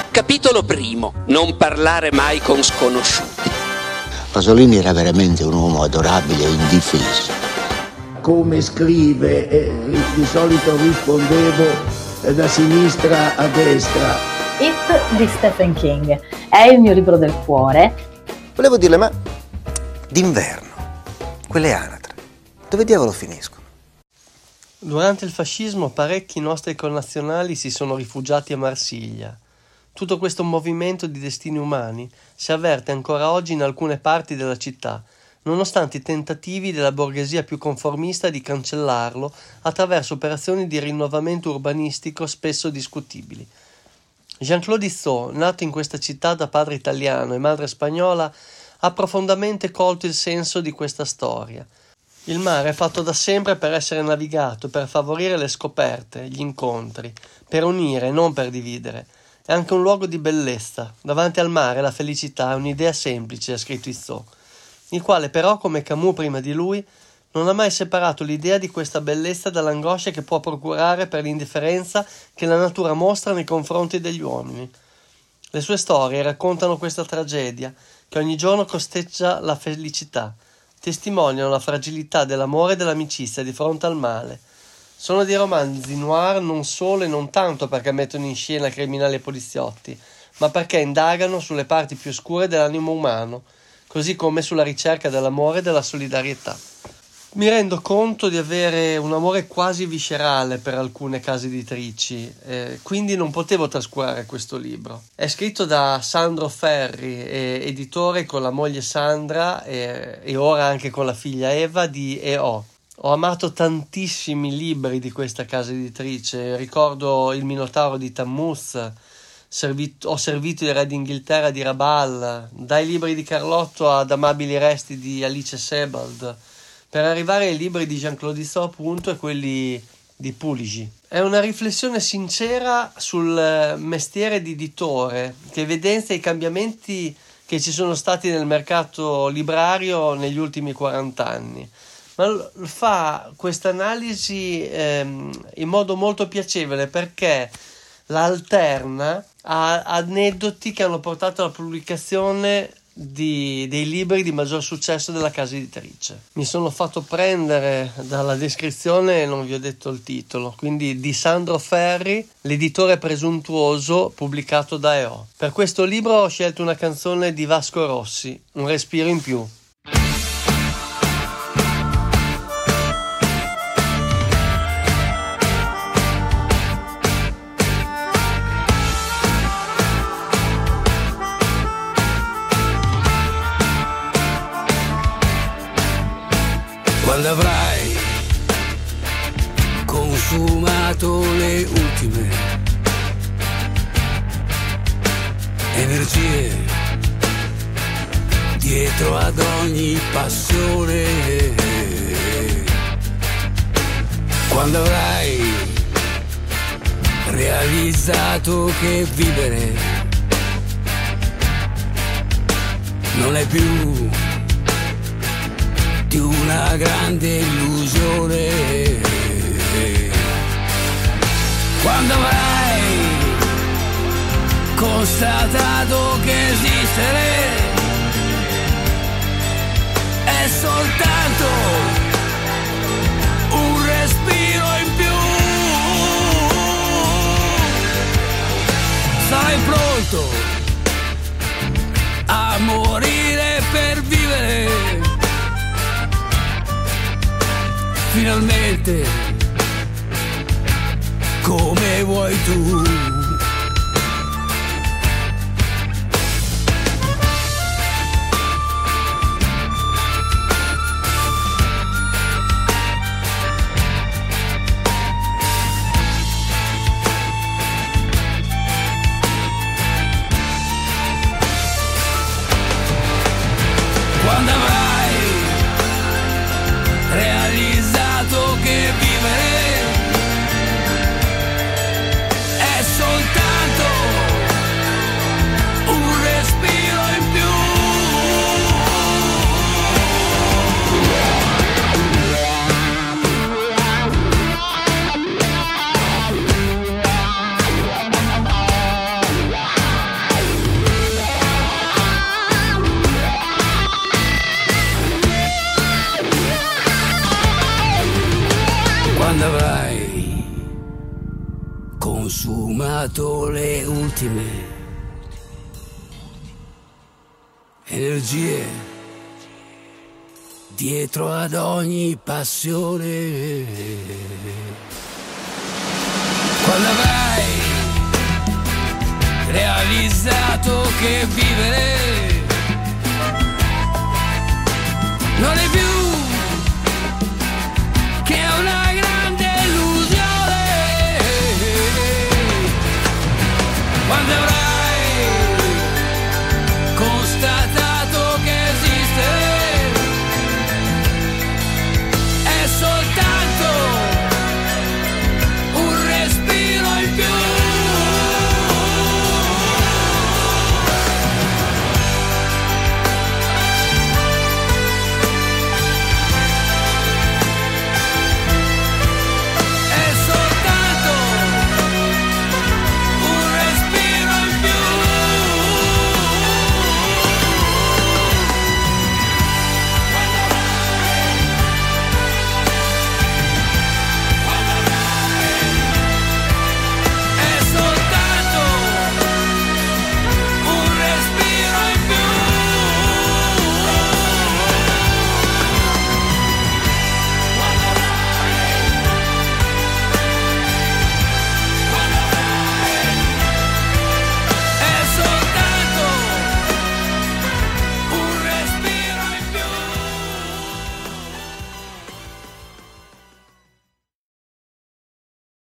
Capitolo primo. Non parlare mai con sconosciuti. Pasolini era veramente un uomo adorabile e indifeso. Come scrive, di solito rispondevo da sinistra a destra. It di Stephen King è il mio libro del cuore. Volevo dirle, ma d'inverno, quelle anatre, dove diavolo finiscono? Durante il fascismo parecchi nostri connazionali si sono rifugiati a Marsiglia. Tutto questo movimento di destini umani si avverte ancora oggi in alcune parti della città, nonostante i tentativi della borghesia più conformista di cancellarlo attraverso operazioni di rinnovamento urbanistico spesso discutibili. Jean-Claude Izzot, nato in questa città da padre italiano e madre spagnola, ha profondamente colto il senso di questa storia. Il mare è fatto da sempre per essere navigato, per favorire le scoperte, gli incontri, per unire, non per dividere. È anche un luogo di bellezza. Davanti al mare la felicità è un'idea semplice, ha scritto Izzot, il quale però, come Camus prima di lui, non ha mai separato l'idea di questa bellezza dall'angoscia che può procurare per l'indifferenza che la natura mostra nei confronti degli uomini. Le sue storie raccontano questa tragedia che ogni giorno costeggia la felicità, testimoniano la fragilità dell'amore e dell'amicizia di fronte al male. Sono dei romanzi noir non solo e non tanto perché mettono in scena criminali e poliziotti, ma perché indagano sulle parti più oscure dell'animo umano, così come sulla ricerca dell'amore e della solidarietà. Mi rendo conto di avere un amore quasi viscerale per alcune case editrici, quindi non potevo trascurare questo libro. È scritto da Sandro Ferri, editore con la moglie Sandra e ora anche con la figlia Eva di E.O. Ho amato tantissimi libri di questa casa editrice, ricordo Il Minotauro di Tammuz, ho servito il Re d'Inghilterra di Rabal, dai libri di Carlotto ad Amabili resti di Alice Sebald, per arrivare ai libri di Jean-Claude Izzot appunto e quelli di Puligi. È una riflessione sincera sul mestiere di editore che evidenzia i cambiamenti che ci sono stati nel mercato librario negli ultimi 40 anni. Ma fa questa analisi in modo molto piacevole perché la alterna a aneddoti che hanno portato alla pubblicazione dei libri di maggior successo della casa editrice. Mi sono fatto prendere dalla descrizione e non vi ho detto il titolo, quindi di Sandro Ferri, L'editore presuntuoso, pubblicato da E.O. Per questo libro ho scelto una canzone di Vasco Rossi, Un respiro in più. Quando avrai consumato le ultime energie dietro ad ogni passione, quando avrai realizzato che vivere non è più di una grande illusione, quando avrai constatato che esistere è soltanto un respiro in più, sarai pronto a morire per vivere finalmente come vuoi tu. Quando avrai realizzato che vivere è soltanto consumato le ultime energie dietro ad ogni passione. Quando avrai realizzato che vivere